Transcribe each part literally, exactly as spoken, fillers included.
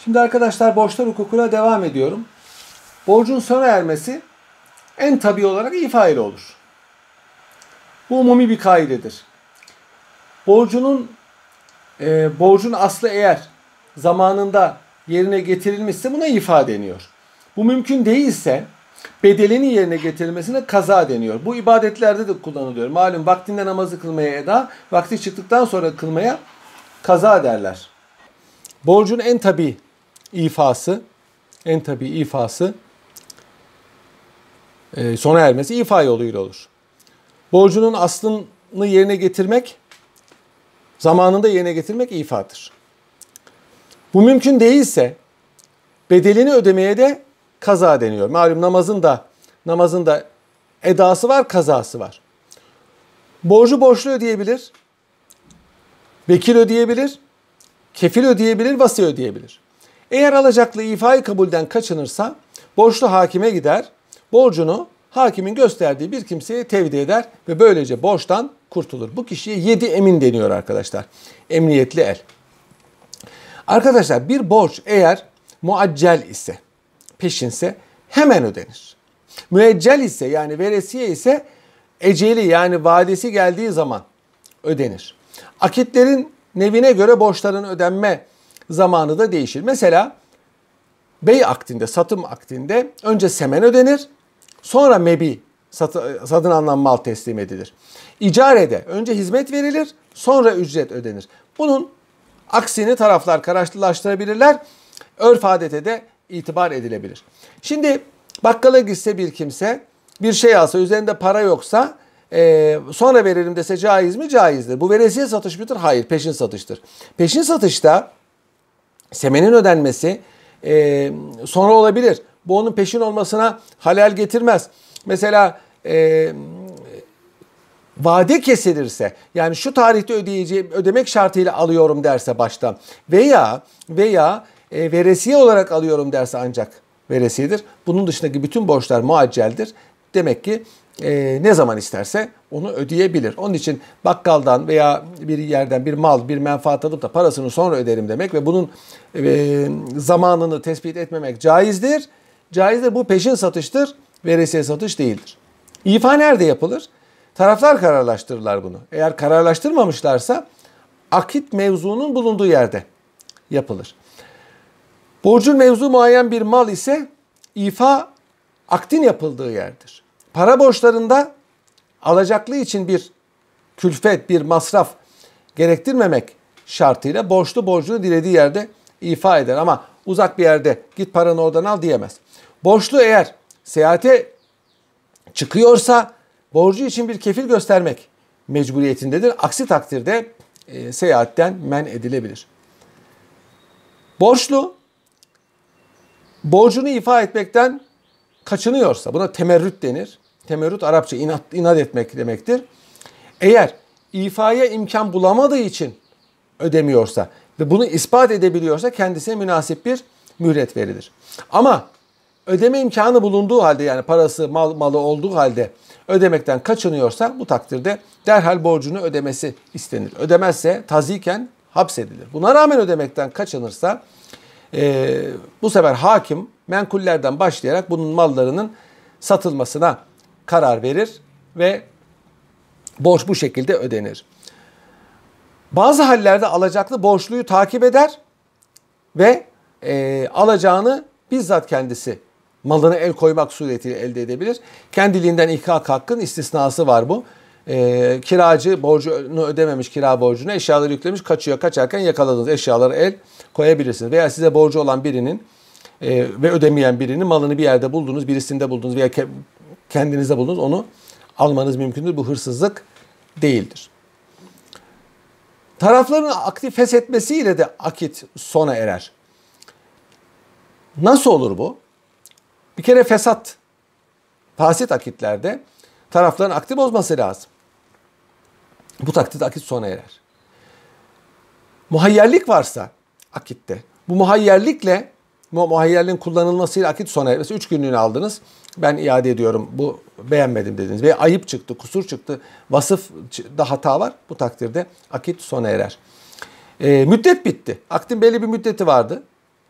Şimdi arkadaşlar borçlar hukukuna devam ediyorum. Borcun sona ermesi en tabii olarak ifa ile olur. Bu umumi bir kaidedir. Borcunun e, borcun aslı eğer zamanında yerine getirilmişse buna ifa deniyor. Bu mümkün değilse bedelinin yerine getirilmesine kaza deniyor. Bu ibadetlerde de kullanılıyor. Malum vaktinde namazı kılmaya eda, vakti çıktıktan sonra kılmaya kaza derler. Borcun en tabii ifası, en tabii ifası e, sona ermesi ifa yoluyla olur. Borcunun aslını yerine getirmek, zamanında yerine getirmek ifadır. Bu mümkün değilse bedelini ödemeye de kaza deniyor. Malum namazın da namazın da edası var, kazası var. Borcu borçlu ödeyebilir, vekil ödeyebilir, kefil ödeyebilir, vasi ödeyebilir. Eğer alacaklı ifayı kabulden kaçınırsa borçlu hakime gider, borcunu hakimin gösterdiği bir kimseye tevdi eder ve böylece borçtan kurtulur. Bu kişiye yedi emin deniyor arkadaşlar. Emniyetli el. Arkadaşlar bir borç eğer muaccel ise, peşinse hemen ödenir. Müeccel ise yani veresiye ise eceli yani vadesi geldiği zaman ödenir. Akitlerin nevine göre borçların ödenme zamanı da değişir. Mesela bey akdinde, satım akdinde önce semen ödenir, sonra mebi, satı, satın alınan mal teslim edilir. İcarede önce hizmet verilir, sonra ücret ödenir. Bunun aksini taraflar kararlaştırabilirler. Örf adete de itibar edilebilir. Şimdi bakkala gitse bir kimse bir şey alsa üzerinde para yoksa e, sonra veririm dese caiz mi? Caizdir. Bu veresiye satış mıdır? Hayır, peşin satıştır. Peşin satışta semenin ödenmesi e, sonra olabilir. Bu onun peşin olmasına halal getirmez. Mesela e, vade kesilirse yani şu tarihte ödeyeceğim ödemek şartıyla alıyorum derse baştan veya veya e, veresiye olarak alıyorum derse ancak veresiyedir. Bunun dışındaki bütün borçlar muacceldir. Demek ki e, ne zaman isterse onu ödeyebilir. Onun için bakkaldan veya bir yerden bir mal, bir menfaat alıp da parasını sonra öderim demek ve bunun e, zamanını tespit etmemek caizdir. Caizdir. Bu peşin satıştır. Veresiye satış değildir. İfa nerede yapılır? Taraflar kararlaştırırlar bunu. Eğer kararlaştırmamışlarsa akit mevzunun bulunduğu yerde yapılır. Borcun mevzu muayyen bir mal ise ifa akdin yapıldığı yerdir. Para borçlarında alacaklı için bir külfet, bir masraf gerektirmemek şartıyla borçlu borcunu dilediği yerde ifa eder. Ama uzak bir yerde git paranı oradan al diyemez. Borçlu eğer seyahate çıkıyorsa borcu için bir kefil göstermek mecburiyetindedir. Aksi takdirde e, seyahatten men edilebilir. Borçlu borcunu ifa etmekten kaçınıyorsa buna temerrüt denir. Temerrüt Arapça inat, inat etmek demektir. Eğer ifaya imkan bulamadığı için ödemiyorsa ve bunu ispat edebiliyorsa kendisine münasip bir mühlet verilir. Ama ödeme imkanı bulunduğu halde yani parası mal, malı olduğu halde ödemekten kaçınıyorsa bu takdirde derhal borcunu ödemesi istenir. Ödemezse taziken hapsedilir. Buna rağmen ödemekten kaçınırsa e, bu sefer hakim menkullerden başlayarak bunun mallarının satılmasına karar verir ve borç bu şekilde ödenir. Bazı hallerde alacaklı borçluyu takip eder ve e, alacağını bizzat kendisi malına el koymak suretiyle elde edebilir. Kendiliğinden ihkak hakkın istisnası var bu. E, kiracı borcunu ödememiş, kira borcunu eşyaları yüklemiş, kaçıyor. Kaçarken yakaladığınız eşyaları el koyabilirsiniz. Veya size borcu olan birinin e, ve ödemeyen birinin malını bir yerde buldunuz, birisinde buldunuz veya ke- kendinizde buldunuz, onu almanız mümkündür. Bu hırsızlık değildir. Tarafların akdi feshetmesiyle de akit sona erer. Nasıl olur bu? Bir kere fesat, fasit akitlerde tarafların akdi bozması lazım. Bu takdirde akit sona erer. Muhayyerlik varsa akitte, bu muhayyerlikle, muhayyerliğin kullanılmasıyla akit sona erer. Mesela üç günlüğünü aldınız, ben iade ediyorum, bu beğenmedim dediniz veya ayıp çıktı, kusur çıktı, vasıfta hata var, bu takdirde akit sona erer. E, müddet bitti. Akdin belli bir müddeti vardı.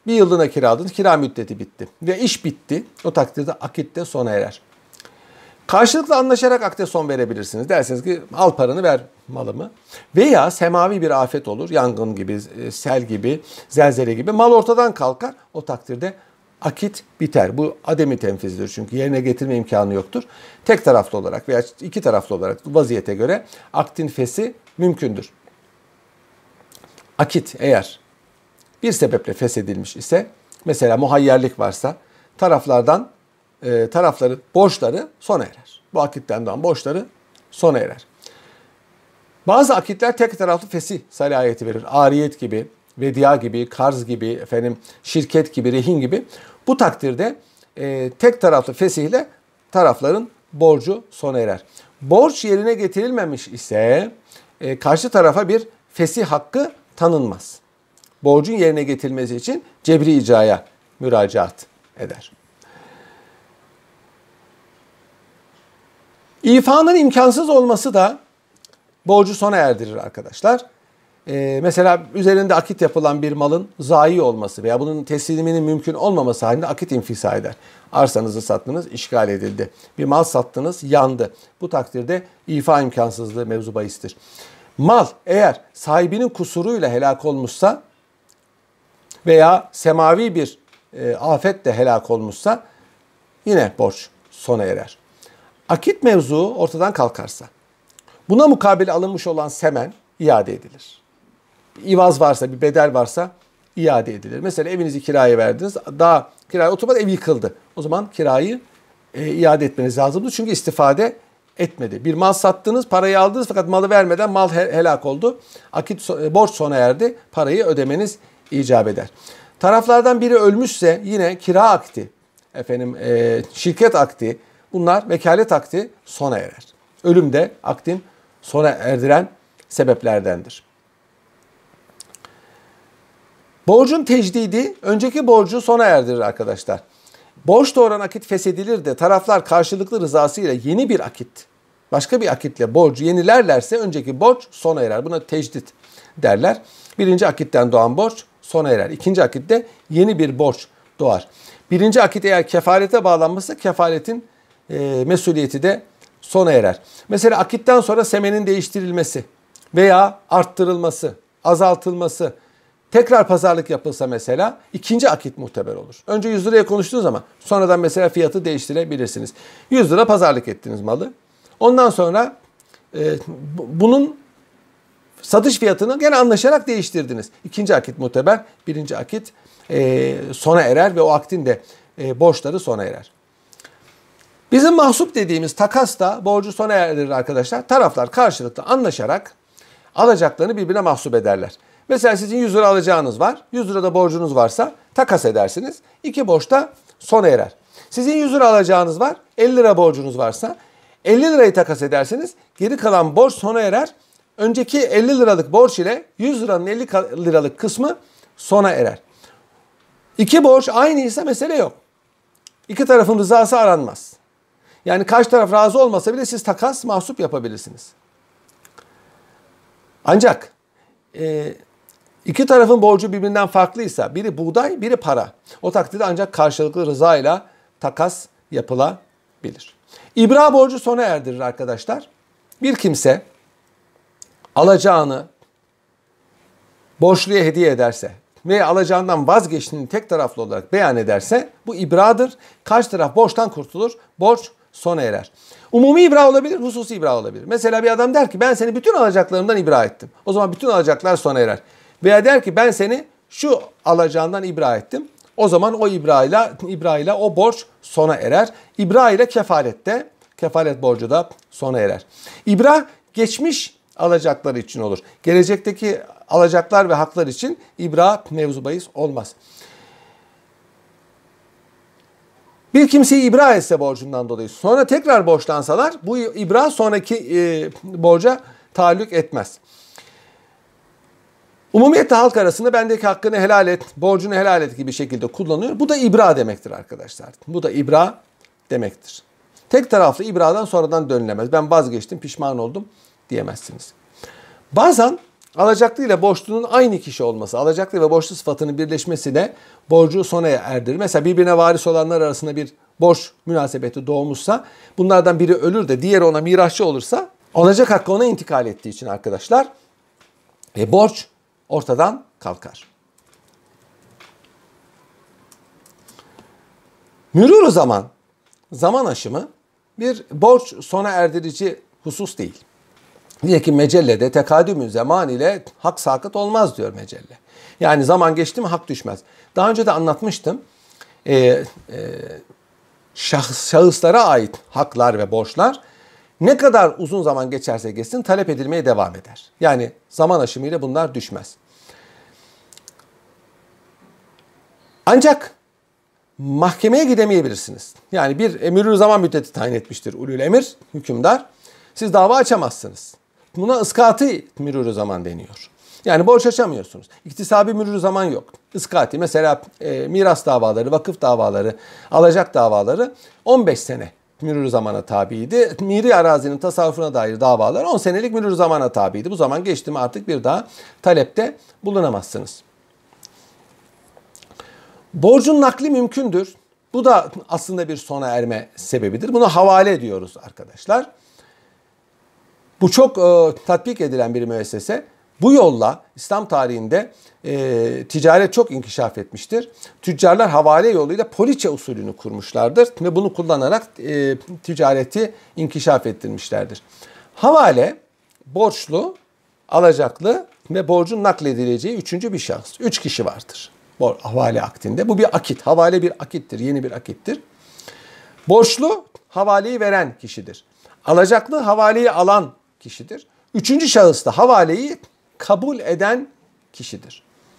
Bir yıllığına kiraladınız, kira müddeti bitti ve iş bitti. O takdirde akit de sona erer. Karşılıklı anlaşarak akde son verebilirsiniz. Dersiniz ki al paranı ver malımı. Veya semavi bir afet olur. Yangın gibi, sel gibi, zelzele gibi. Mal ortadan kalkar. O takdirde akit biter. Bu ademi tenfizdir çünkü yerine getirme imkanı yoktur. Tek taraflı olarak veya iki taraflı olarak vaziyete göre akdin fesi mümkündür. Akit eğer bir sebeple feshedilmiş ise, mesela muhayyerlik varsa taraflardan e, tarafların borçları sona erer. Bu akitten doğan borçları sona erer. Bazı akitler tek taraflı fesih salahiyeti verir. Ariyet gibi, vedia gibi, karz gibi, efendim şirket gibi, rehin gibi. Bu takdirde e, tek taraflı fesihle tarafların borcu sona erer. Borç yerine getirilmemiş ise e, karşı tarafa bir fesih hakkı tanınmaz. Borcun yerine getirilmesi için cebri icraya müracaat eder. İfanın imkansız olması da borcu sona erdirir arkadaşlar. Ee, mesela üzerinde akit yapılan bir malın zayi olması veya bunun tesliminin mümkün olmaması halinde akit infisa eder. Arsanızı sattınız, işgal edildi. Bir mal sattınız, yandı. Bu takdirde ifa imkansızlığı mevzu bahistir. Mal eğer sahibinin kusuruyla helak olmuşsa veya semavi bir e, afetle helak olmuşsa yine borç sona erer. Akit mevzu ortadan kalkarsa, buna mukabil alınmış olan semen iade edilir. Bir İvaz varsa, bir bedel varsa iade edilir. Mesela evinizi kiraya verdiniz, daha kiraya oturmadı, ev yıkıldı. O zaman kirayı e, iade etmeniz lazımdı çünkü istifade etmedi. Bir mal sattınız, parayı aldınız fakat malı vermeden mal helak oldu. Akit borç sona erdi, parayı ödemeniz icap eder. Taraflardan biri ölmüşse yine kira akdi, efendim e, şirket akdi, bunlar vekalet akdi sona erer. Ölüm de akdin sona erdiren sebeplerdendir. Borcun tecdidi önceki borcu sona erdirir arkadaşlar. Borç doğuran akit feshedilir de taraflar karşılıklı rızasıyla yeni bir akit, başka bir akitle borcu yenilerlerse önceki borç sona erer. Buna tecdit derler. Birinci akitten doğan borç sona erer. İkinci akitte yeni bir borç doğar. Birinci akit eğer kefalete bağlanmışsa kefaletin e, mesuliyeti de sona erer. Mesela akitten sonra semenin değiştirilmesi veya arttırılması, azaltılması, tekrar pazarlık yapılsa mesela ikinci akit muhteber olur. Önce yüz liraya konuştuğunuz zaman sonradan mesela fiyatı değiştirebilirsiniz. yüz lira pazarlık ettiniz malı. Ondan sonra e, bunun satış fiyatını gene anlaşarak değiştirdiniz. İkinci akit muhteber, birinci akit e, sona erer ve o aktin de e, borçları sona erer. Bizim mahsup dediğimiz takas da borcu sona erdirir arkadaşlar. Taraflar karşılıklı anlaşarak alacaklarını birbirine mahsup ederler. Mesela sizin yüz lira alacağınız var. yüz lira da borcunuz varsa takas edersiniz. İki borç da sona erer. Sizin yüz lira alacağınız var. elli lira borcunuz varsa elli lirayı takas edersiniz. Geri kalan borç sona erer. Önceki elli liralık borç ile yüz liranın elli liralık kısmı sona erer. İki borç aynıysa mesele yok. İki tarafın rızası aranmaz. Yani karşı taraf razı olmasa bile siz takas mahsup yapabilirsiniz. Ancak e, iki tarafın borcu birbirinden farklıysa, biri buğday, biri para. O takdirde ancak karşılıklı rıza ile takas yapılabilir. İbra borcu sona erdirir arkadaşlar. Bir kimse alacağını borçluya hediye ederse ve alacağından vazgeçtiğini tek taraflı olarak beyan ederse bu ibradır. Karşı taraf borçtan kurtulur, borç sona erer. Umumi ibra olabilir, hususi ibra olabilir. Mesela bir adam der ki ben seni bütün alacaklarımdan ibra ettim. O zaman bütün alacaklar sona erer. Veya der ki ben seni şu alacağından ibra ettim. O zaman o ibrayla ibrayla o borç sona erer. İbra ile kefalette, kefalet borcu da sona erer. İbra geçmiş alacakları için olur. Gelecekteki alacaklar ve haklar için ibra mevzu bahis olmaz. Bir kimseyi ibra etse borcundan dolayı sonra tekrar borçlansalar bu ibra sonraki e, borca taalluk etmez. Umumiyetle halk arasında bendeki hakkını helal et, borcunu helal et gibi şekilde kullanıyor. Bu da ibra demektir arkadaşlar. Bu da ibra demektir. Tek taraflı ibradan sonradan dönülemez. Ben vazgeçtim, pişman oldum diyemezsiniz. Bazen alacaklı ile borçlunun aynı kişi olması, alacaklı ve borçlu sıfatının birleşmesi de borcu sona erdirir. Mesela birbirine varis olanlar arasında bir borç münasebeti doğmuşsa, bunlardan biri ölür de diğeri ona mirasçı olursa, alacak hakkı ona intikal ettiği için arkadaşlar e, borç ortadan kalkar. Mürûr-u zaman, zaman aşımı bir borç sona erdirici husus değil. Diye ki mecellede tekadümü zaman ile hak sakıt olmaz diyor mecelle. Yani zaman geçti mi hak düşmez. Daha önce de anlatmıştım. Ee, e, şahıs, şahıslara ait haklar ve borçlar ne kadar uzun zaman geçerse geçsin talep edilmeye devam eder. Yani zaman aşımıyla bunlar düşmez. Ancak mahkemeye gidemeyebilirsiniz. Yani bir emirü zaman müddeti tayin etmiştir ulul emir, hükümdar. Siz dava açamazsınız. Buna ıskati mürûr-u zaman deniyor. Yani borç açamıyorsunuz. İktisabi mürûr-u zaman yok. Iskati mesela e, miras davaları, vakıf davaları, alacak davaları on beş sene mürûr-u zamana tabiydi. Miri arazinin tasarrufuna dair davalar on senelik mürûr-u zamana tabiydi. Bu zaman geçti mi artık bir daha talepte bulunamazsınız. Borcun nakli mümkündür. Bu da aslında bir sona erme sebebidir. Buna havale ediyoruz arkadaşlar. Bu çok e, tatbik edilen bir müessese. Bu yolla İslam tarihinde e, ticaret çok inkişaf etmiştir. Tüccarlar havale yoluyla poliçe usulünü kurmuşlardır ve bunu kullanarak e, ticareti inkişaf ettirmişlerdir. Havale, borçlu, alacaklı ve borcun nakledileceği üçüncü bir şahıs. Üç kişi vardır havale akdinde. Bu bir akit. Havale bir akittir. Yeni bir akittir. Borçlu havaleyi veren kişidir. Alacaklı havaleyi alan kişidir. Üçüncü şahıs da havaleyi kabul eden kişidir.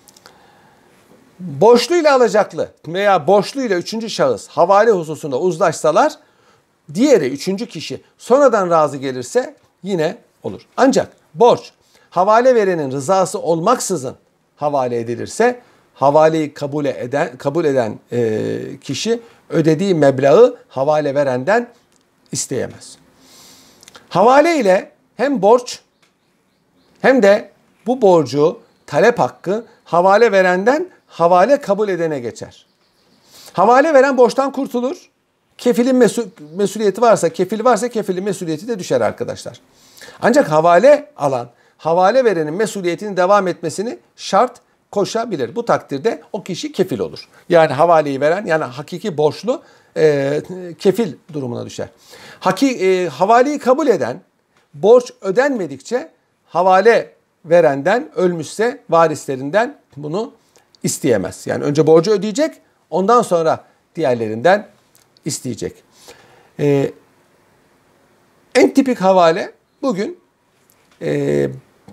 Borçlu ile alacaklı veya borçlu ile üçüncü şahıs havale hususunda uzlaşsalar, diğeri üçüncü kişi sonradan razı gelirse yine olur. Ancak borç havale verenin rızası olmaksızın havale edilirse, havaleyi kabul eden kabul eden e, kişi ödediği meblağı havale verenden isteyemez. Havale ile hem borç hem de bu borcu talep hakkı havale verenden havale kabul edene geçer. Havale veren borçtan kurtulur. Kefilin mesul, mesuliyeti varsa, kefil varsa kefilin mesuliyeti de düşer arkadaşlar. Ancak havale alan, havale verenin mesuliyetinin devam etmesini şart koşabilir. Bu takdirde o kişi kefil olur. Yani havaleyi veren, yani hakiki borçlu e, kefil durumuna düşer. Haki, e, havaleyi kabul eden, borç ödenmedikçe havale verenden, ölmüşse varislerinden bunu isteyemez. Yani önce borcu ödeyecek, ondan sonra diğerlerinden isteyecek. Ee, en tipik havale bugün e,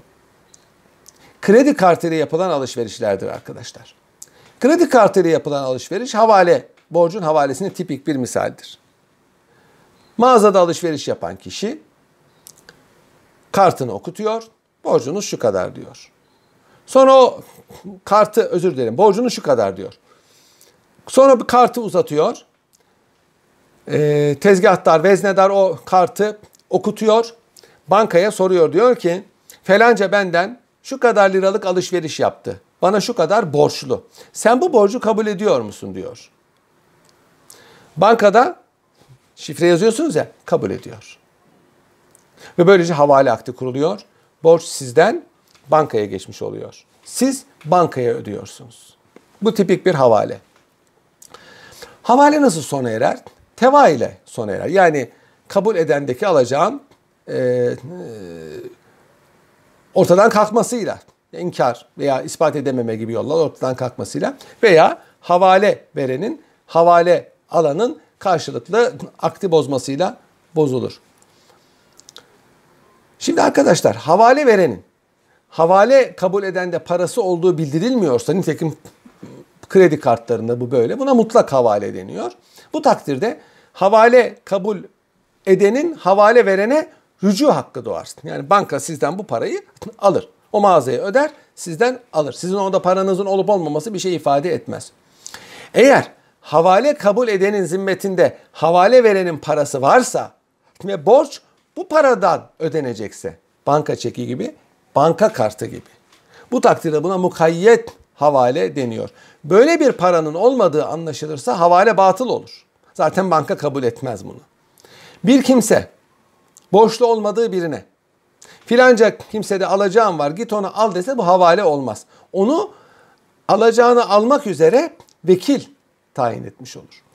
kredi kartıyla yapılan alışverişlerdir arkadaşlar. Kredi kartıyla yapılan alışveriş havale, borcun havalesinin tipik bir misaldir. Mağazada alışveriş yapan kişi kartını okutuyor, borcunuz şu kadar diyor. Sonra o kartı, özür dilerim, borcunuz şu kadar diyor. Sonra bir kartı uzatıyor. Ee, tezgahtar, veznedar o kartı okutuyor. Bankaya soruyor, diyor ki falanca benden şu kadar liralık alışveriş yaptı. Bana şu kadar borçlu. Sen bu borcu kabul ediyor musun diyor. Bankada şifre yazıyorsunuz ya, kabul ediyor. Ve böylece havale akdi kuruluyor. Borç sizden bankaya geçmiş oluyor. Siz bankaya ödüyorsunuz. Bu tipik bir havale. Havale nasıl sona erer? Teva ile sona erer. Yani kabul edendeki alacağın e, e, ortadan kalkmasıyla, inkar veya ispat edememe gibi yollar ortadan kalkmasıyla veya havale verenin, havale alanın karşılıklı akdi bozmasıyla bozulur. Şimdi arkadaşlar, havale verenin havale kabul edende parası olduğu bildirilmiyorsa, nitekim kredi kartlarında bu böyle, buna mutlak havale deniyor. Bu takdirde havale kabul edenin havale verene rücu hakkı doğar. Yani banka sizden bu parayı alır. O mağazaya öder, sizden alır. Sizin orada paranızın olup olmaması bir şey ifade etmez. Eğer havale kabul edenin zimmetinde havale verenin parası varsa ve borç bu paradan ödenecekse, banka çeki gibi, banka kartı gibi. Bu takdirde buna mukayyet havale deniyor. Böyle bir paranın olmadığı anlaşılırsa havale batıl olur. Zaten banka kabul etmez bunu. Bir kimse borçlu olmadığı birine filanca kimsede alacağım var git onu al dese bu havale olmaz. Onu alacağını almak üzere vekil tayin etmiş olur.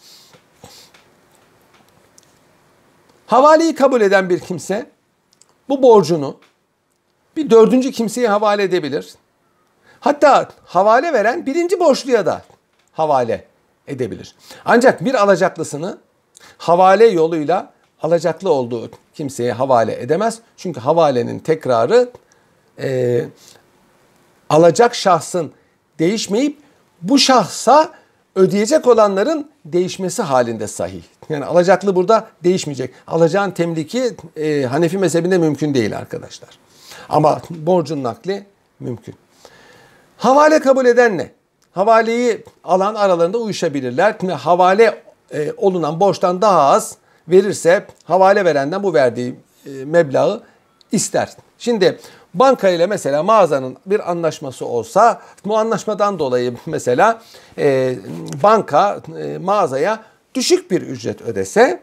Havaleyi kabul eden bir kimse bu borcunu bir dördüncü kimseye havale edebilir. Hatta havale veren birinci borçluya da havale edebilir. Ancak bir alacaklısını havale yoluyla alacaklı olduğu kimseye havale edemez. Çünkü havalenin tekrarı e, alacak şahsın değişmeyip bu şahsa ödeyecek olanların değişmesi halinde sahih. Yani alacaklı burada değişmeyecek. Alacağın temliki e, Hanefi mezhebinde mümkün değil arkadaşlar. Ama borcun nakli mümkün. Havale kabul eden ne? Havaleyi alan aralarında uyuşabilirler. Havale e, olunan borçtan daha az verirse havale verenden bu verdiği e, meblağı ister. Şimdi banka ile mesela mağazanın bir anlaşması olsa bu anlaşmadan dolayı mesela e, banka e, mağazaya düşük bir ücret ödese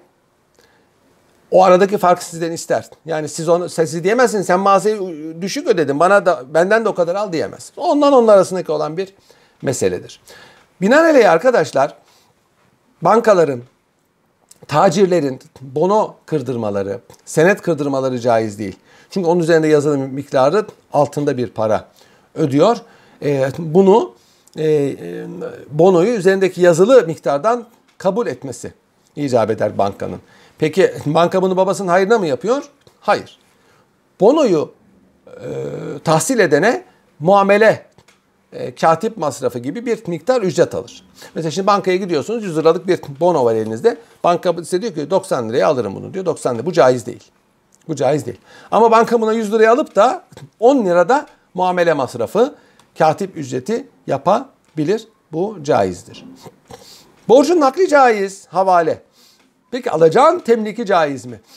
o aradaki farkı sizden ister. Yani siz onu siz diyemezsiniz sen mağazayı düşük ödedin bana da benden de o kadar al diyemez. Ondan onun arasındaki olan bir meseledir. Binaenaleyh arkadaşlar bankaların, tacirlerin bono kırdırmaları, senet kırdırmaları caiz değil. Çünkü onun üzerinde yazılı miktarı altında bir para ödüyor. E, bunu e, bonoyu üzerindeki yazılı miktardan kabul etmesi icap eder bankanın. Peki banka bunu babasının hayrına mı yapıyor? Hayır. Bonoyu e, tahsil edene muamele, e, katip masrafı gibi bir miktar ücret alır. Mesela şimdi bankaya gidiyorsunuz yüz liralık bir bono var elinizde. Banka size diyor ki doksan liraya alırım bunu diyor. doksan lira. Bu caiz değil. Bu caiz değil. Ama banka buna yüz liraya alıp da on lirada muamele masrafı, katip ücreti yapabilir. Bu caizdir. Borcun nakli caiz, havale. Peki alacağın temliki caiz mi?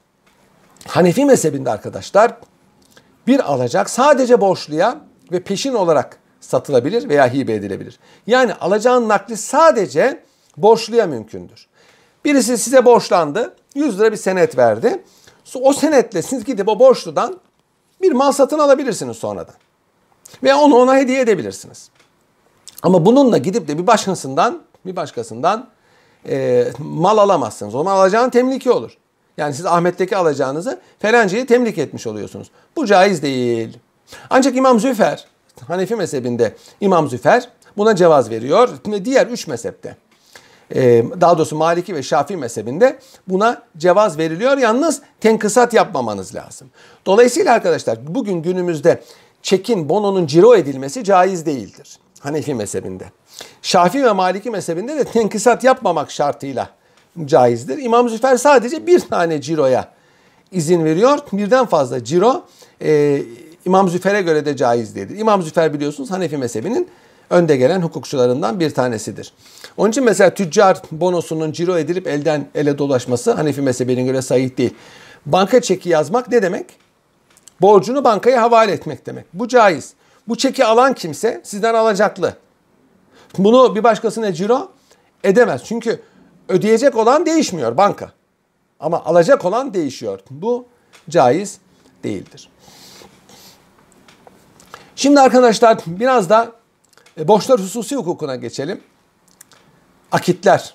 Hanefi mezhebinde arkadaşlar bir alacak sadece borçluya ve peşin olarak satılabilir veya hibe edilebilir. Yani alacağın nakli sadece borçluya mümkündür. Birisi size borçlandı, yüz lira bir senet verdi. O senetle siz gidip o borçludan bir mal satın alabilirsiniz sonradan. Ve onu ona hediye edebilirsiniz. Ama bununla gidip de bir başkasından bir başkasından e, mal alamazsınız. O mal alacağın temliki olur. Yani siz Ahmet'teki alacağınızı felancayı temlik etmiş oluyorsunuz. Bu caiz değil. Ancak İmam Züfer, Hanefi mezhebinde İmam Züfer buna cevaz veriyor. Ve diğer üç mezhepte, e, daha doğrusu Maliki ve Şafii mezhebinde buna cevaz veriliyor. Yalnız tenkısat yapmamanız lazım. Dolayısıyla arkadaşlar bugün günümüzde çekin, bononun ciro edilmesi caiz değildir. Hanefi mezhebinde. Şafii ve Maliki mezhebinde de tenkısat yapmamak şartıyla caizdir. İmam Züfer sadece bir tane ciroya izin veriyor. Birden fazla ciro e, İmam Züfer'e göre de caiz değildir. İmam Züfer biliyorsunuz Hanefi mezhebinin önde gelen hukukçularından bir tanesidir. Onun için mesela tüccar bonosunun ciro edilip elden ele dolaşması Hanefi mezhebine göre sahih değil. Banka çeki yazmak ne demek? Borcunu bankaya havale etmek demek. Bu caiz. Bu çeki alan kimse sizden alacaklı. Bunu bir başkasına ciro edemez. Çünkü ödeyecek olan değişmiyor banka. Ama alacak olan değişiyor. Bu caiz değildir. Şimdi arkadaşlar biraz da borçlar hususi hukukuna geçelim. Akitler.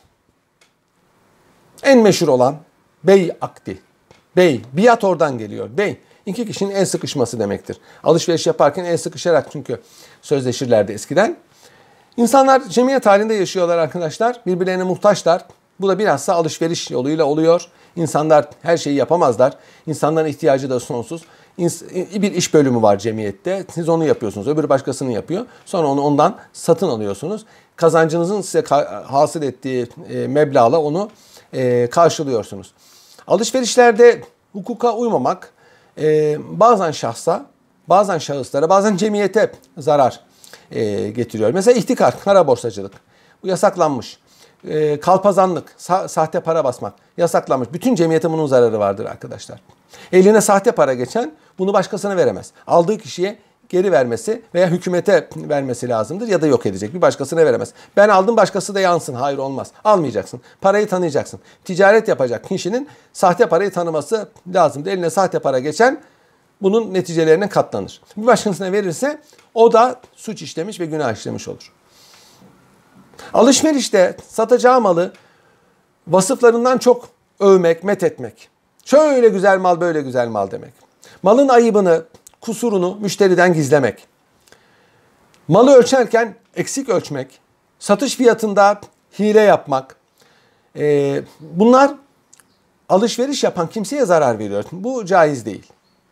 En meşhur olan bey akdi. Bey, biat oradan geliyor. Bey, iki kişinin el sıkışması demektir. Alışveriş yaparken el sıkışarak çünkü sözleşirlerdi eskiden. İnsanlar cemiyet halinde yaşıyorlar arkadaşlar. Birbirlerine muhtaçlar. Bu da bilhassa alışveriş yoluyla oluyor. İnsanlar her şeyi yapamazlar. İnsanların ihtiyacı da sonsuz. Bir iş bölümü var cemiyette. Siz onu yapıyorsunuz. Öbürü başkasını yapıyor. Sonra onu ondan satın alıyorsunuz. Kazancınızın size hasıl ettiği meblağla onu karşılıyorsunuz. Alışverişlerde hukuka uymamak bazen şahsa, bazen şahıslara, bazen cemiyete zarar getiriyor. Mesela ihtikar, kara borsacılık. Bu yasaklanmış. e, kalpazanlık, sa- sahte para basmak yasaklanmış. Bütün cemiyete bunun zararı vardır arkadaşlar. Eline sahte para geçen bunu başkasına veremez. Aldığı kişiye geri vermesi veya hükümete vermesi lazımdır ya da yok edecek. Bir başkasına veremez. Ben aldım başkası da yansın. Hayır, olmaz. Almayacaksın. Parayı tanıyacaksın. Ticaret yapacak kişinin sahte parayı tanıması lazımdır. Eline sahte para geçen bunun neticelerine katlanır. Bir başkasına verirse o da suç işlemiş ve günah işlemiş olur. Alışverişte satacağı malı vasıflarından çok övmek, methetmek. Şöyle güzel mal, böyle güzel mal demek. Malın ayıbını, kusurunu müşteriden gizlemek. Malı ölçerken eksik ölçmek. Satış fiyatında hile yapmak. Ee, bunlar alışveriş yapan kimseye zarar veriyor. Bu caiz değil.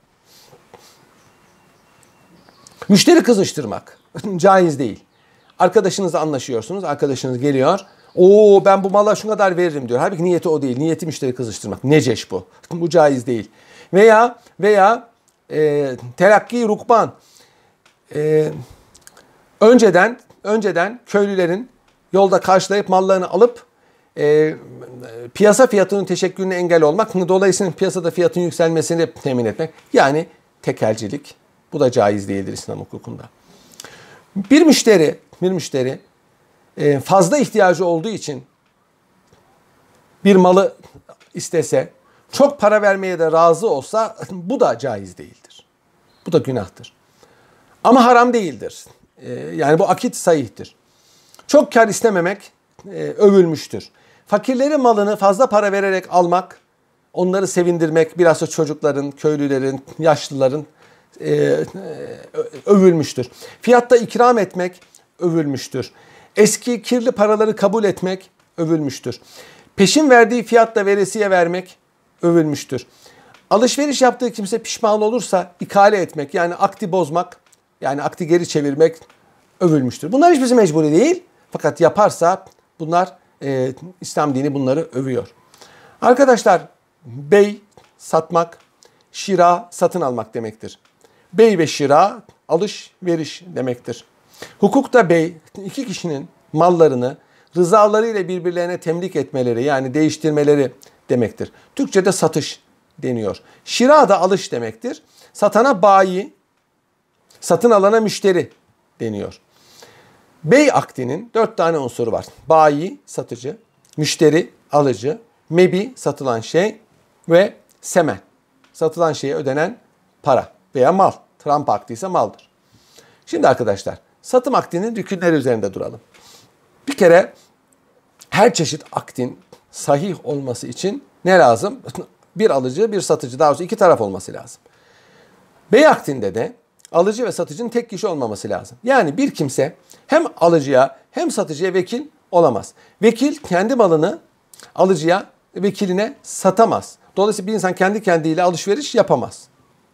Müşteri kızıştırmak caiz değil. Arkadaşınızla anlaşıyorsunuz. Arkadaşınız geliyor. Oo, ben bu mala şu kadar veririm diyor. Halbuki niyeti o değil. Niyeti müşteri kızıştırmak. Neceş bu. Bu caiz değil. Veya veya e, telakki rukban. E, önceden önceden köylülerin yolda karşılayıp mallarını alıp e, piyasa fiyatının teşekkülüne engel olmak. Dolayısıyla piyasada fiyatın yükselmesini temin etmek. Yani tekelcilik. Bu da caiz değildir İslam hukukunda. Bir müşteri, bir müşteri fazla ihtiyacı olduğu için bir malı istese, çok para vermeye de razı olsa bu da caiz değildir. Bu da günahtır. Ama haram değildir. Yani bu akit sahihtir. Çok kar istememek övülmüştür. Fakirlerin malını fazla para vererek almak, onları sevindirmek, bilhassa çocukların, köylülerin, yaşlıların övülmüştür. Fiyatta ikram etmek övülmüştür. Eski kirli paraları kabul etmek övülmüştür. Peşin verdiği fiyatla veresiye vermek övülmüştür. Alışveriş yaptığı kimse pişman olursa ikale etmek, yani akdi bozmak, yani akdi geri çevirmek övülmüştür. Bunlar hiçbirisi mecburi değil. Fakat yaparsa bunlar e, İslam dini bunları övüyor. Arkadaşlar, bey satmak, şira satın almak demektir. Bey ve şira alış veriş demektir. Hukukta bey iki kişinin mallarını rızalarıyla birbirlerine temlik etmeleri, yani değiştirmeleri demektir. Türkçe'de satış deniyor. Şira da alış demektir. Satana bayi, satın alana müşteri deniyor. Bey akdinin dört tane unsuru var. Bayi, satıcı, müşteri, alıcı, mebi, satılan şey ve semen, satılan şeye ödenen para veya mal. Trump akdi ise maldır. Şimdi arkadaşlar, satım akdinin rükünleri üzerinde duralım. Bir kere her çeşit akdin sahih olması için ne lazım? Bir alıcı, bir satıcı, daha doğrusu iki taraf olması lazım. Bey akdinde de alıcı ve satıcının tek kişi olmaması lazım. Yani bir kimse hem alıcıya hem satıcıya vekil olamaz. Vekil kendi malını alıcıya, vekiline satamaz. Dolayısıyla bir insan kendi kendiyle alışveriş yapamaz.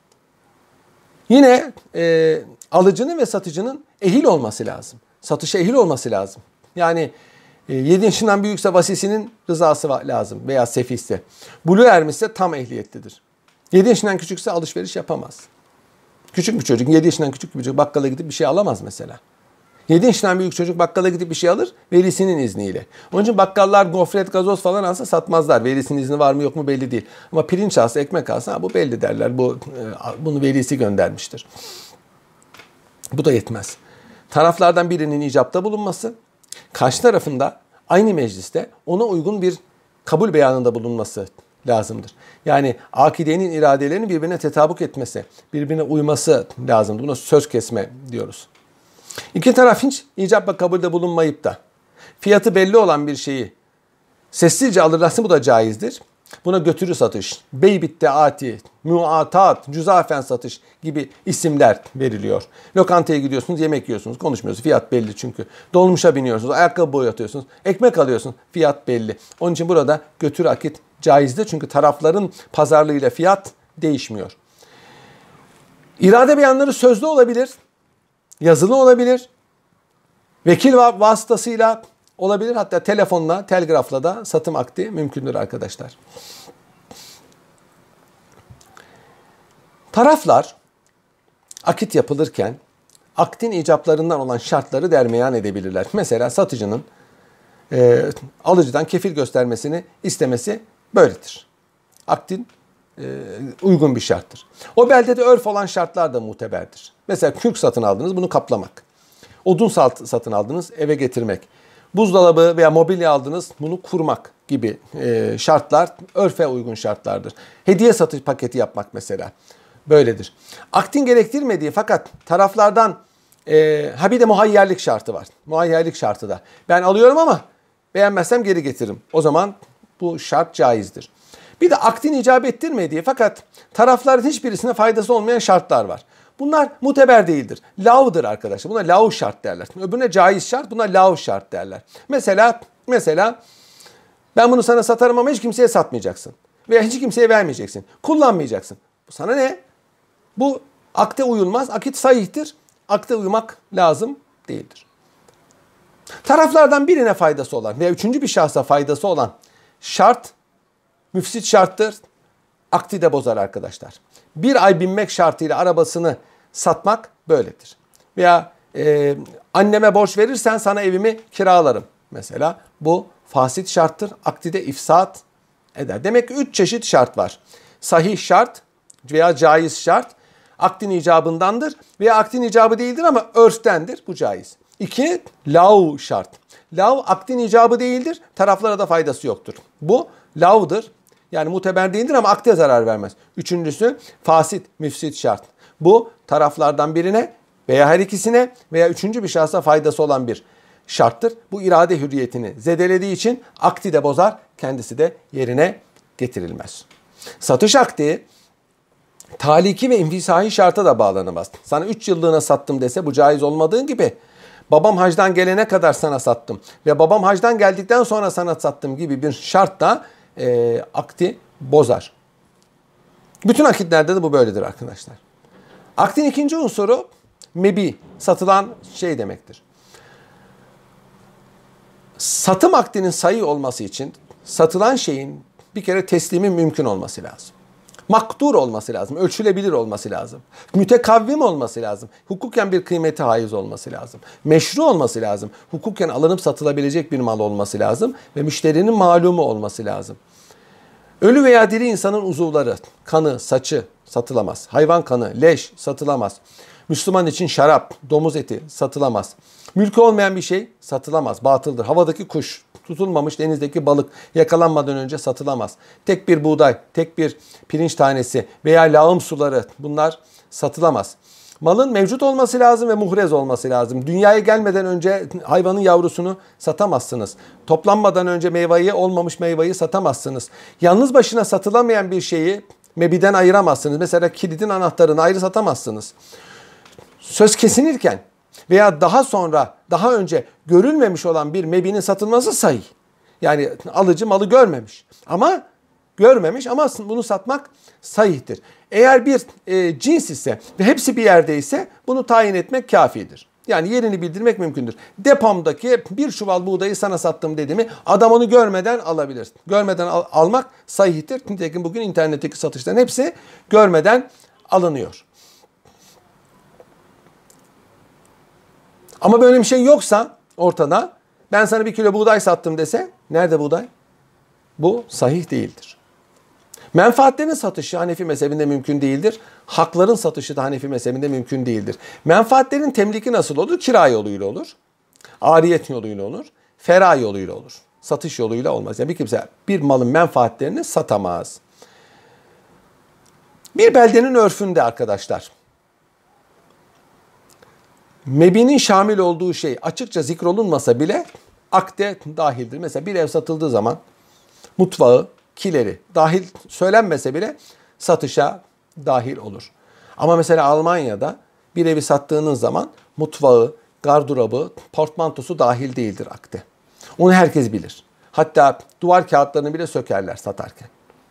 Yine e, alıcının ve satıcının ehil olması lazım. Satışa ehil olması lazım. Yani e, yedi yaşından büyükse vasisinin rızası lazım veya sefihse. Buluğ ermişse tam ehliyetlidir. yedi yaşından küçükse alışveriş yapamaz. Küçük bir çocuk, yedi yaşından küçük bir çocuk bakkala gidip bir şey alamaz mesela. yedi yaşından büyük çocuk bakkala gidip bir şey alır velisinin izniyle. Onun için bakkallar gofret, gazoz falan alsa satmazlar. Velisinin izni var mı yok mu belli değil. Ama pirinç alsa, ekmek alsa ha, bu belli derler. Bu bunu velisi göndermiştir. Bu da yetmez. Taraflardan birinin icapta bulunması, karşı tarafında aynı mecliste ona uygun bir kabul beyanında bulunması lazımdır. Yani akidenin iradelerinin birbirine tetabuk etmesi, birbirine uyması lazımdır. Buna söz kesme diyoruz. İki taraf hiç icap ve kabulde bulunmayıp da fiyatı belli olan bir şeyi sessizce alırlarsa bu da caizdir. Buna götürü satış, beybitteati, muatat, cüzafen satış gibi isimler veriliyor. Lokantaya gidiyorsunuz, yemek yiyorsunuz, konuşmuyorsunuz. Fiyat belli çünkü. Dolmuşa biniyorsunuz, ayakkabı boyatıyorsunuz, ekmek alıyorsunuz. Fiyat belli. Onun için burada götürü akit caizdir. Çünkü tarafların pazarlığıyla fiyat değişmiyor. İrade beyanları sözlü olabilir, yazılı olabilir, vekil vasıtasıyla olabilir. Hatta telefonla, telgrafla da satım akdi mümkündür arkadaşlar. Taraflar akit yapılırken akdin icaplarından olan şartları dermeyan edebilirler. Mesela satıcının e, alıcıdan kefil göstermesini istemesi böyledir. Akdin e, uygun bir şarttır. O beldede örf olan şartlar da muteberdir. Mesela kürk satın aldınız, bunu kaplamak. Odun satın aldınız, eve getirmek. Buzdolabı veya mobilya aldınız, bunu kurmak gibi e, şartlar örfe uygun şartlardır. Hediye satış paketi yapmak mesela böyledir. Akdin gerektirmediği fakat taraflardan e, ha bir de muhayyerlik şartı var. Muhayyerlik şartı da. Ben alıyorum ama beğenmezsem geri getiririm. O zaman bu şart caizdir. Bir de akdin icap ettirmediği fakat tarafların hiçbirisine faydası olmayan şartlar var. Bunlar muteber değildir. Lavdır arkadaşlar. Buna lav şart derler. Öbürüne caiz şart, buna lav şart derler. Mesela mesela ben bunu sana satarım ama hiç kimseye satmayacaksın. Veya hiç kimseye vermeyeceksin. Kullanmayacaksın. Bu sana ne? Bu akde uyulmaz. Akit sahihtir. Akde uymak lazım değildir. Taraflardan birine faydası olan veya üçüncü bir şahsa faydası olan şart müfsit şarttır. Akdi de bozar arkadaşlar. Bir ay binmek şartıyla arabasını satmak böyledir. Veya e, anneme borç verirsen sana evimi kiralarım. Mesela bu fasit şarttır. Akdide ifsat eder. Demek ki üç çeşit şart var. Sahih şart veya caiz şart. Akdin icabındandır veya akdin icabı değildir ama örftendir. Bu caiz. İki, lav şart. Lav akdin icabı değildir. Taraflara da faydası yoktur. Bu lavdır. Yani muteber değildir ama akde zarar vermez. Üçüncüsü fasit, müfsit şart. Bu taraflardan birine veya her ikisine veya üçüncü bir şahsa faydası olan bir şarttır. Bu irade hürriyetini zedelediği için akdi de bozar, kendisi de yerine getirilmez. Satış akdi taliki ve infisahi şarta da bağlanamaz. Sana üç yıllığına sattım dese bu caiz olmadığı gibi babam hacdan gelene kadar sana sattım ve babam hacdan geldikten sonra sana sattım gibi bir şart da e, akdi bozar. Bütün akitlerde de bu böyledir arkadaşlar. Akdin ikinci unsuru mebi, satılan şey demektir. Satım akdinin sahih olması için satılan şeyin bir kere teslimi mümkün olması lazım. Maktur olması lazım, ölçülebilir olması lazım. Mütekavvim olması lazım. Hukuken bir kıymeti haiz olması lazım. Meşru olması lazım. Hukuken alınıp satılabilecek bir mal olması lazım. Ve müşterinin malumu olması lazım. Ölü veya diri insanın uzuvları, kanı, saçı satılamaz. Hayvan kanı, leş satılamaz. Müslüman için şarap, domuz eti satılamaz. Mülkü olmayan bir şey satılamaz, batıldır. Havadaki kuş, tutulmamış denizdeki balık yakalanmadan önce satılamaz. Tek bir buğday, tek bir pirinç tanesi veya lağım suları bunlar satılamaz. Malın mevcut olması lazım ve muhrez olması lazım. Dünyaya gelmeden önce hayvanın yavrusunu satamazsınız. Toplanmadan önce meyveyi, olmamış meyveyi satamazsınız. Yalnız başına satılamayan bir şeyi mebiden ayıramazsınız. Mesela kilidin anahtarını ayrı satamazsınız. Söz kesinirken veya daha sonra, daha önce görülmemiş olan bir mebinin satılması sahih. Yani alıcı malı görmemiş. Ama görmemiş ama bunu satmak sahihtir. Eğer bir e, cins ise ve hepsi bir yerde ise bunu tayin etmek kafidir. Yani yerini bildirmek mümkündür. Depomdaki bir çuval buğdayı sana sattım dediğimi adam onu görmeden alabilir. Görmeden al- almak sahihtir. Nitekim bugün internetteki satışların hepsi görmeden alınıyor. Ama böyle bir şey yoksa ortada ben sana bir kilo buğday sattım dese nerede buğday? Bu sahih değildir. Menfaatlerin satışı Hanefi mezhebinde mümkün değildir. Hakların satışı da Hanefi mezhebinde mümkün değildir. Menfaatlerin temliki nasıl olur? Kira yoluyla olur. Ariyet yoluyla olur. Fera yoluyla olur. Satış yoluyla olmaz. Yani bir kimse bir malın menfaatlerini satamaz. Bir beldenin örfünde arkadaşlar, mebinin şamil olduğu şey açıkça zikrolunmasa bile akde dahildir. Mesela bir ev satıldığı zaman mutfağı, kileri dahil söylenmese bile satışa dahil olur. Ama mesela Almanya'da bir evi sattığınız zaman mutfağı, gardırobı, portmantosu dahil değildir akde. Onu herkes bilir. Hatta duvar kağıtlarını bile sökerler satarken.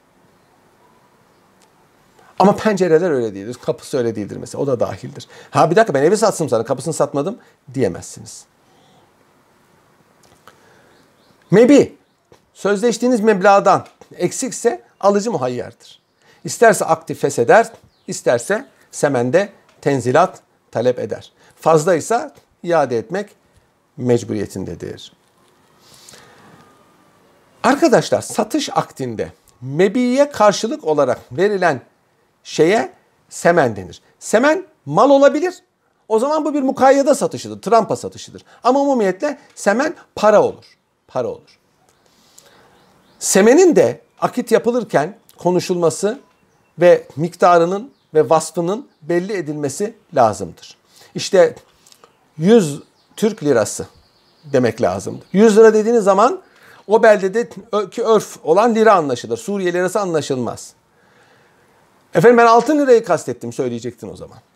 Ama pencereler öyle değildir. Kapısı öyle değildir mesela. O da dahildir. Ha bir dakika ben evi sattım sana kapısını satmadım diyemezsiniz. Mebi. Sözleştiğiniz meblağdan eksikse alıcı muhayyerdir. İsterse akdi fesheder, isterse semende tenzilat talep eder. Fazlaysa iade etmek mecburiyetindedir. Arkadaşlar satış akdinde mebiye karşılık olarak verilen şeye semen denir. Semen mal olabilir. O zaman bu bir mukayyede satışıdır. Trampa satışıdır. Ama umumiyetle semen para olur. Para olur. Semenin de akit yapılırken konuşulması ve miktarının ve vasfının belli edilmesi lazımdır. İşte yüz Türk lirası demek lazımdır. yüz lira dediğiniz zaman o beldedeki örf olan lira anlaşılır. Suriye lirası anlaşılmaz. Efendim ben altın lirayı kastettim söyleyecektin o zaman.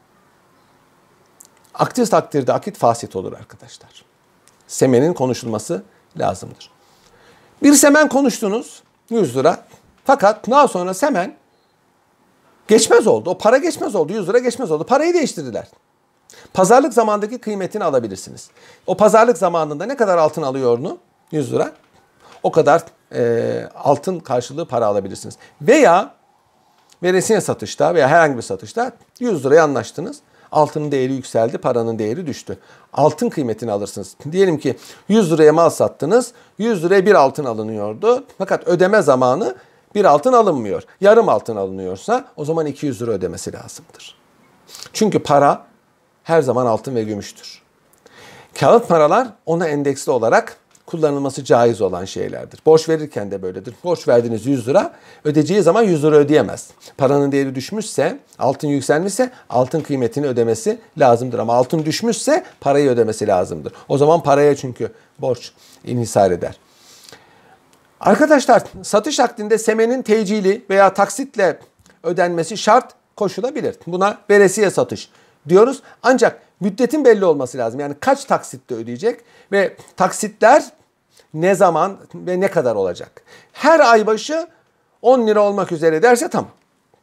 Aksi takdirde akit fasit olur arkadaşlar. Semenin konuşulması lazımdır. Bir semen konuştunuz yüz lira. Fakat daha sonra semen geçmez oldu. O para geçmez oldu. yüz lira geçmez oldu. Parayı değiştirdiler. Pazarlık zamandaki kıymetini alabilirsiniz. O pazarlık zamanında ne kadar altın alıyor onu? yüz lira. O kadar e, altın karşılığı para alabilirsiniz. Veya veresiye satışta veya herhangi bir satışta yüz liraya anlaştınız. Altının değeri yükseldi, paranın değeri düştü. Altın kıymetini alırsınız. Diyelim ki yüz liraya mal sattınız. yüz liraya bir altın alınıyordu. Fakat ödeme zamanı bir altın alınmıyor. Yarım altın alınıyorsa o zaman iki yüz lira ödemesi lazımdır. Çünkü para her zaman altın ve gümüştür. Kağıt paralar ona endeksli olarak kullanılması caiz olan şeylerdir. Borç verirken de böyledir. Borç verdiğiniz yüz lira ödeyeceği zaman yüz lira ödeyemez. Paranın değeri düşmüşse, altın yükselmişse altın kıymetini ödemesi lazımdır. Ama altın düşmüşse parayı ödemesi lazımdır. O zaman paraya çünkü borç inhisar eder. Arkadaşlar satış akdinde semenin tecili veya taksitle ödenmesi şart koşulabilir. Buna veresiye satış diyoruz. Ancak müddetin belli olması lazım. Yani kaç taksitle ödeyecek ve taksitler ne zaman ve ne kadar olacak? Her ay başı on lira olmak üzere derse tamam.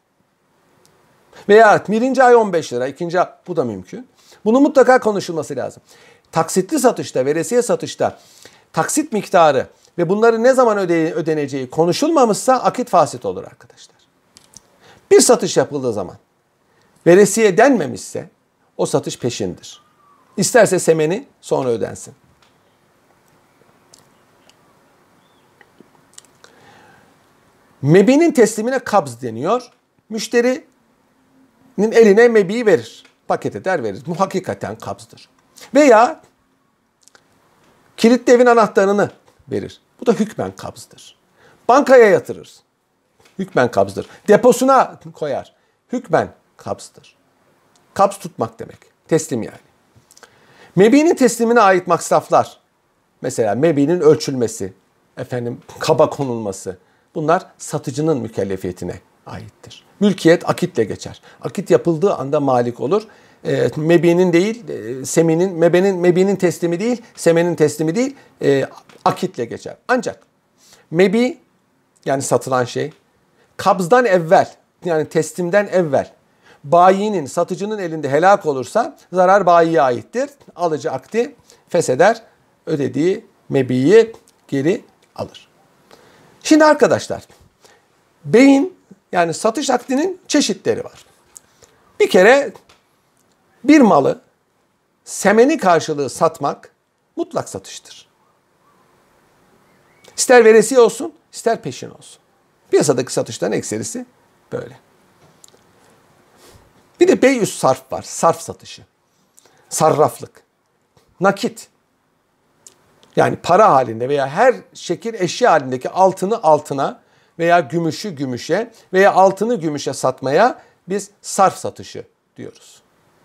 Veya birinci ay on beş lira, ikinci ay bu da mümkün. Bunun mutlaka konuşulması lazım. Taksitli satışta, veresiye satışta taksit miktarı ve bunları ne zaman öde ödeneceği konuşulmamışsa akit fasit olur arkadaşlar. Bir satış yapıldığı zaman veresiye denmemişse o satış peşindir. İsterse semeni sonra ödensin. Mebinin teslimine kabz deniyor. Müşterinin eline mebiyi verir. Paket eder verir. Bu hakikaten kabzdır. Veya kilitli evin anahtarını verir. Bu da hükmen kabzdır. Bankaya yatırır. Hükmen kabzdır. Deposuna koyar. Hükmen kabzdır. Kabz tutmak demek. Teslim yani. Mebinin teslimine ait masraflar. Mesela mebinin ölçülmesi, efendim kaba konulması. Bunlar satıcının mükellefiyetine aittir. Mülkiyet akitle geçer. Akit yapıldığı anda malik olur. E, mebinin değil, e, seminin, mebenin, mebinin teslimi değil, semenin teslimi değil, e, akitle geçer. Ancak mebi yani satılan şey kabzdan evvel yani teslimden evvel bayinin, satıcının elinde helak olursa zarar bayiye aittir. Alıcı akdi fesheder, ödediği mebiyi geri alır. Şimdi arkadaşlar, beyin yani satış akdinin çeşitleri var. Bir kere bir malı semeni karşılığı satmak mutlak satıştır. İster veresiye olsun, ister peşin olsun. Piyasadaki satışların ekserisi böyle. Bir de beyüs sarf var. Sarf satışı. Sarraflık. Nakit. Yani para halinde veya her şekil eşya halindeki altını altına veya gümüşü gümüşe veya altını gümüşe satmaya biz sarf satışı diyoruz.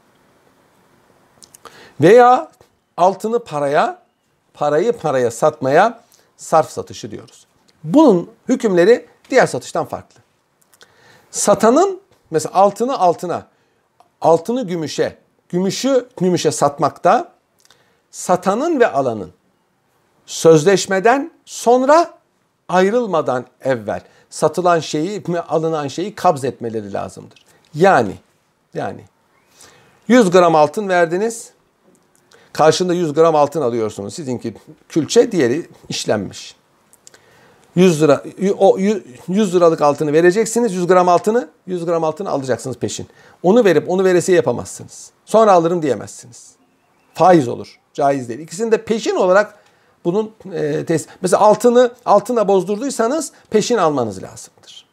Veya altını paraya, parayı paraya satmaya sarf satışı diyoruz. Bunun hükümleri diğer satıştan farklı. Satanın mesela altını altına, altını gümüşe, gümüşü gümüşe satmakta satanın ve alanın sözleşmeden sonra ayrılmadan evvel satılan şeyi ve alınan şeyi kabz etmeleri lazımdır. Yani yani yüz gram altın verdiniz. Karşında yüz gram altın alıyorsunuz. Sizinki külçe, diğeri işlenmiş. yüz lira o yüz liralık altını vereceksiniz. yüz gram altını, yüz gram altını alacaksınız peşin. Onu verip onu veresiye yapamazsınız. Sonra alırım diyemezsiniz. Faiz olur. Caiz değil. İkisini de peşin olarak bunun e, test. Mesela altını altına bozdurduysanız peşin almanız lazımdır.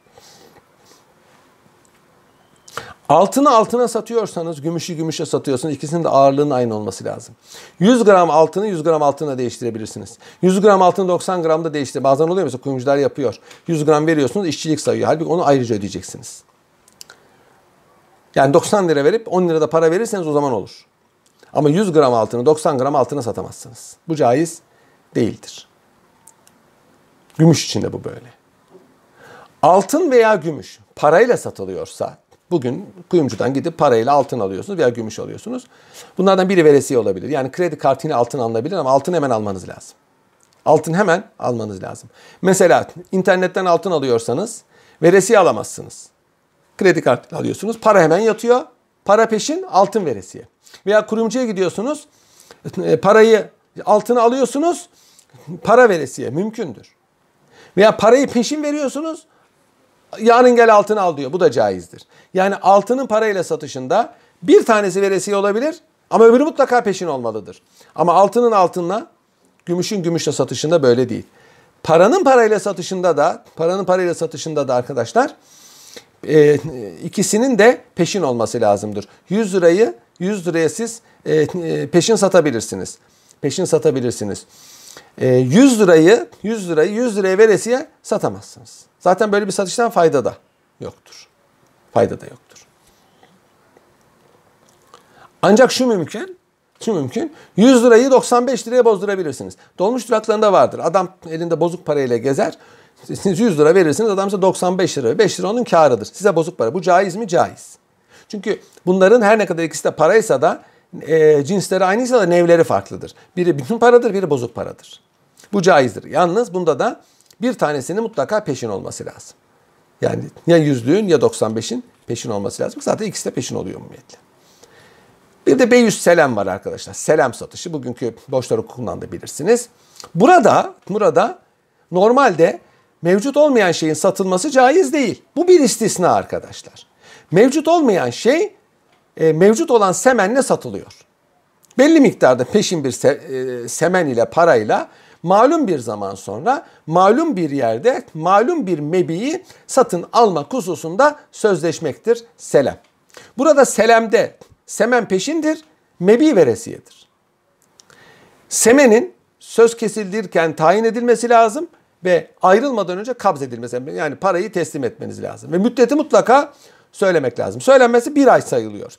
Altını altına satıyorsanız, gümüşü gümüşe satıyorsanız ikisinin de ağırlığının aynı olması lazım. yüz gram altını yüz gram altına değiştirebilirsiniz. yüz gram altını doksan gramda değiştir. Bazen oluyor mesela kuyumcular yapıyor. yüz gram veriyorsunuz, işçilik sayıyor. Halbuki onu ayrıca ödeyeceksiniz. Yani doksan lira verip on lira da para verirseniz o zaman olur. Ama yüz gram altını doksan gram altına satamazsınız. Bu caiz değildir. Gümüş için de bu böyle. Altın veya gümüş parayla satılıyorsa, bugün kuyumcudan gidip parayla altın alıyorsunuz veya gümüş alıyorsunuz. Bunlardan biri veresiye olabilir. Yani kredi kartıyla altın alınabilir ama altın hemen almanız lazım. Altın hemen almanız lazım. Mesela internetten altın alıyorsanız veresiye alamazsınız. Kredi kartıyla alıyorsunuz. Para hemen yatıyor. Para peşin, altın veresiye. Veya kuyumcuya gidiyorsunuz. Parayı, altını alıyorsunuz. Para veresiye mümkündür. Veya parayı peşin veriyorsunuz. Yarın gel altını al diyor. Bu da caizdir. Yani altının parayla satışında bir tanesi veresiye olabilir ama öbürü mutlaka peşin olmalıdır. Ama altının altınla, gümüşün gümüşle satışında böyle değil. Paranın parayla satışında da, paranın parayla satışında da arkadaşlar e, ikisinin de peşin olması lazımdır. yüz lirayı yüz liraya siz e, peşin satabilirsiniz. Peşin satabilirsiniz. E, yüz lirayı yüz lirayı yüz liraya veresiye satamazsınız. Zaten böyle bir satıştan fayda da yoktur. Fayda da yoktur. Ancak şu mümkün, şu mümkün. yüz lirayı doksan beş liraya bozdurabilirsiniz. Dolmuş duraklarında vardır. Adam elinde bozuk parayla gezer. Siz yüz lira verirsiniz. Adam size doksan beş lira. beş lira onun kârıdır. Size bozuk para. Bu caiz mi? Caiz. Çünkü bunların her ne kadar ikisi de paraysa da e, cinsleri aynıysa da nevleri farklıdır. Biri bütün paradır, biri bozuk paradır. Bu caizdir. Yalnız bunda da bir tanesinin mutlaka peşin olması lazım. Yani ya yüzlüğün ya doksan beşin peşin olması lazım. Zaten ikisi de peşin oluyor umumiyetle. Bir de beyüz selam var arkadaşlar. Selam satışı. Bugünkü borçlar hukukundan da bilirsiniz. Burada, burada normalde mevcut olmayan şeyin satılması caiz değil. Bu bir istisna arkadaşlar. Mevcut olmayan şey e, mevcut olan semenle satılıyor. Belli miktarda peşin bir se, e, semen ile parayla malum bir zaman sonra malum bir yerde malum bir mebiyi satın alma hususunda sözleşmektir selam. Burada selamde semen peşindir, mebi veresiyedir. Semenin söz kesilirken tayin edilmesi lazım ve ayrılmadan önce kabz edilmesi, yani parayı teslim etmeniz lazım. Ve müddeti mutlaka söylemek lazım. Söylenmesi bir ay sayılıyor.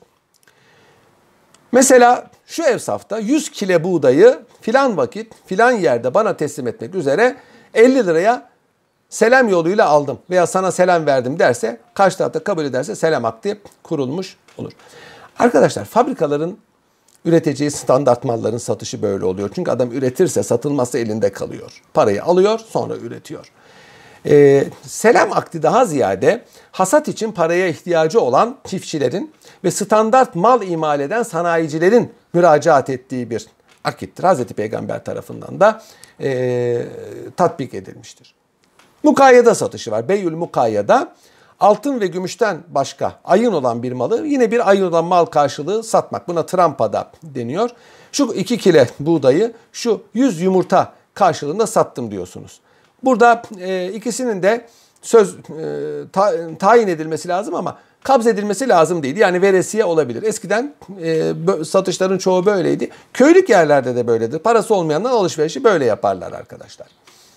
Mesela şu evsafta yüz kile buğdayı filan vakit filan yerde bana teslim etmek üzere elli liraya selam yoluyla aldım veya sana selam verdim derse, karşı tarafta kabul ederse selam akdi kurulmuş olur. Arkadaşlar fabrikaların üreteceği standart malların satışı böyle oluyor. Çünkü adam üretirse satılması elinde kalıyor. Parayı alıyor sonra üretiyor. Ee, selam akdi daha ziyade hasat için paraya ihtiyacı olan çiftçilerin ve standart mal imal eden sanayicilerin müracaat ettiği bir akittir. Hazreti Peygamber tarafından da e, tatbik edilmiştir. Mukayyede satışı var. Beyül mukayyede altın ve gümüşten başka ayın olan bir malı yine bir ayın olan mal karşılığı satmak. Buna trampada deniyor. Şu iki kile buğdayı şu yüz yumurta karşılığında sattım diyorsunuz. Burada e, ikisinin de söz e, ta, tayin edilmesi lazım ama kabz edilmesi lazım değil. Yani veresiye olabilir. Eskiden e, satışların çoğu böyleydi. Köylük yerlerde de böyledir. Parası olmayanlar alışverişi böyle yaparlar arkadaşlar.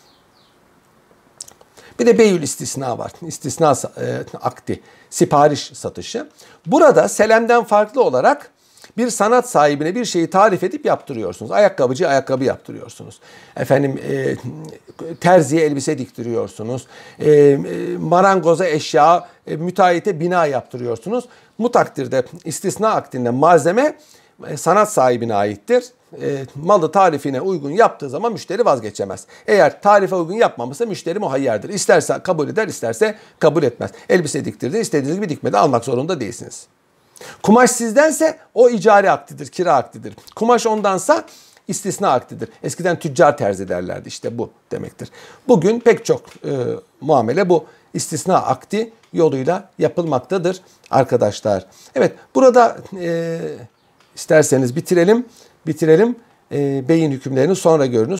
Bir de beyül istisna var. İstisna e, akdi, sipariş satışı. Burada selamden farklı olarak bir sanat sahibine bir şeyi tarif edip yaptırıyorsunuz. Ayakkabıcıya ayakkabı yaptırıyorsunuz. Efendim e, terziye elbise diktiriyorsunuz. E, e, marangoza eşya, e, müteahhite bina yaptırıyorsunuz. Bu takdirde istisna akdinde malzeme e, sanat sahibine aittir. E, malı tarifine uygun yaptığı zaman müşteri vazgeçemez. Eğer tarife uygun yapmamışsa müşteri muhayyerdir. İsterse kabul eder, isterse kabul etmez. Elbise diktirdi, istediğiniz gibi dikmedi, almak zorunda değilsiniz. Kumaş sizdense o icari akdidir, kira akdidir. Kumaş ondansa istisna akdidir. Eskiden tüccar terzi derlerdi, işte bu demektir. Bugün pek çok e, muamele bu istisna akdi yoluyla yapılmaktadır arkadaşlar. Evet, burada e, isterseniz bitirelim. Bitirelim. E, beyin hükümlerini sonra görünüz.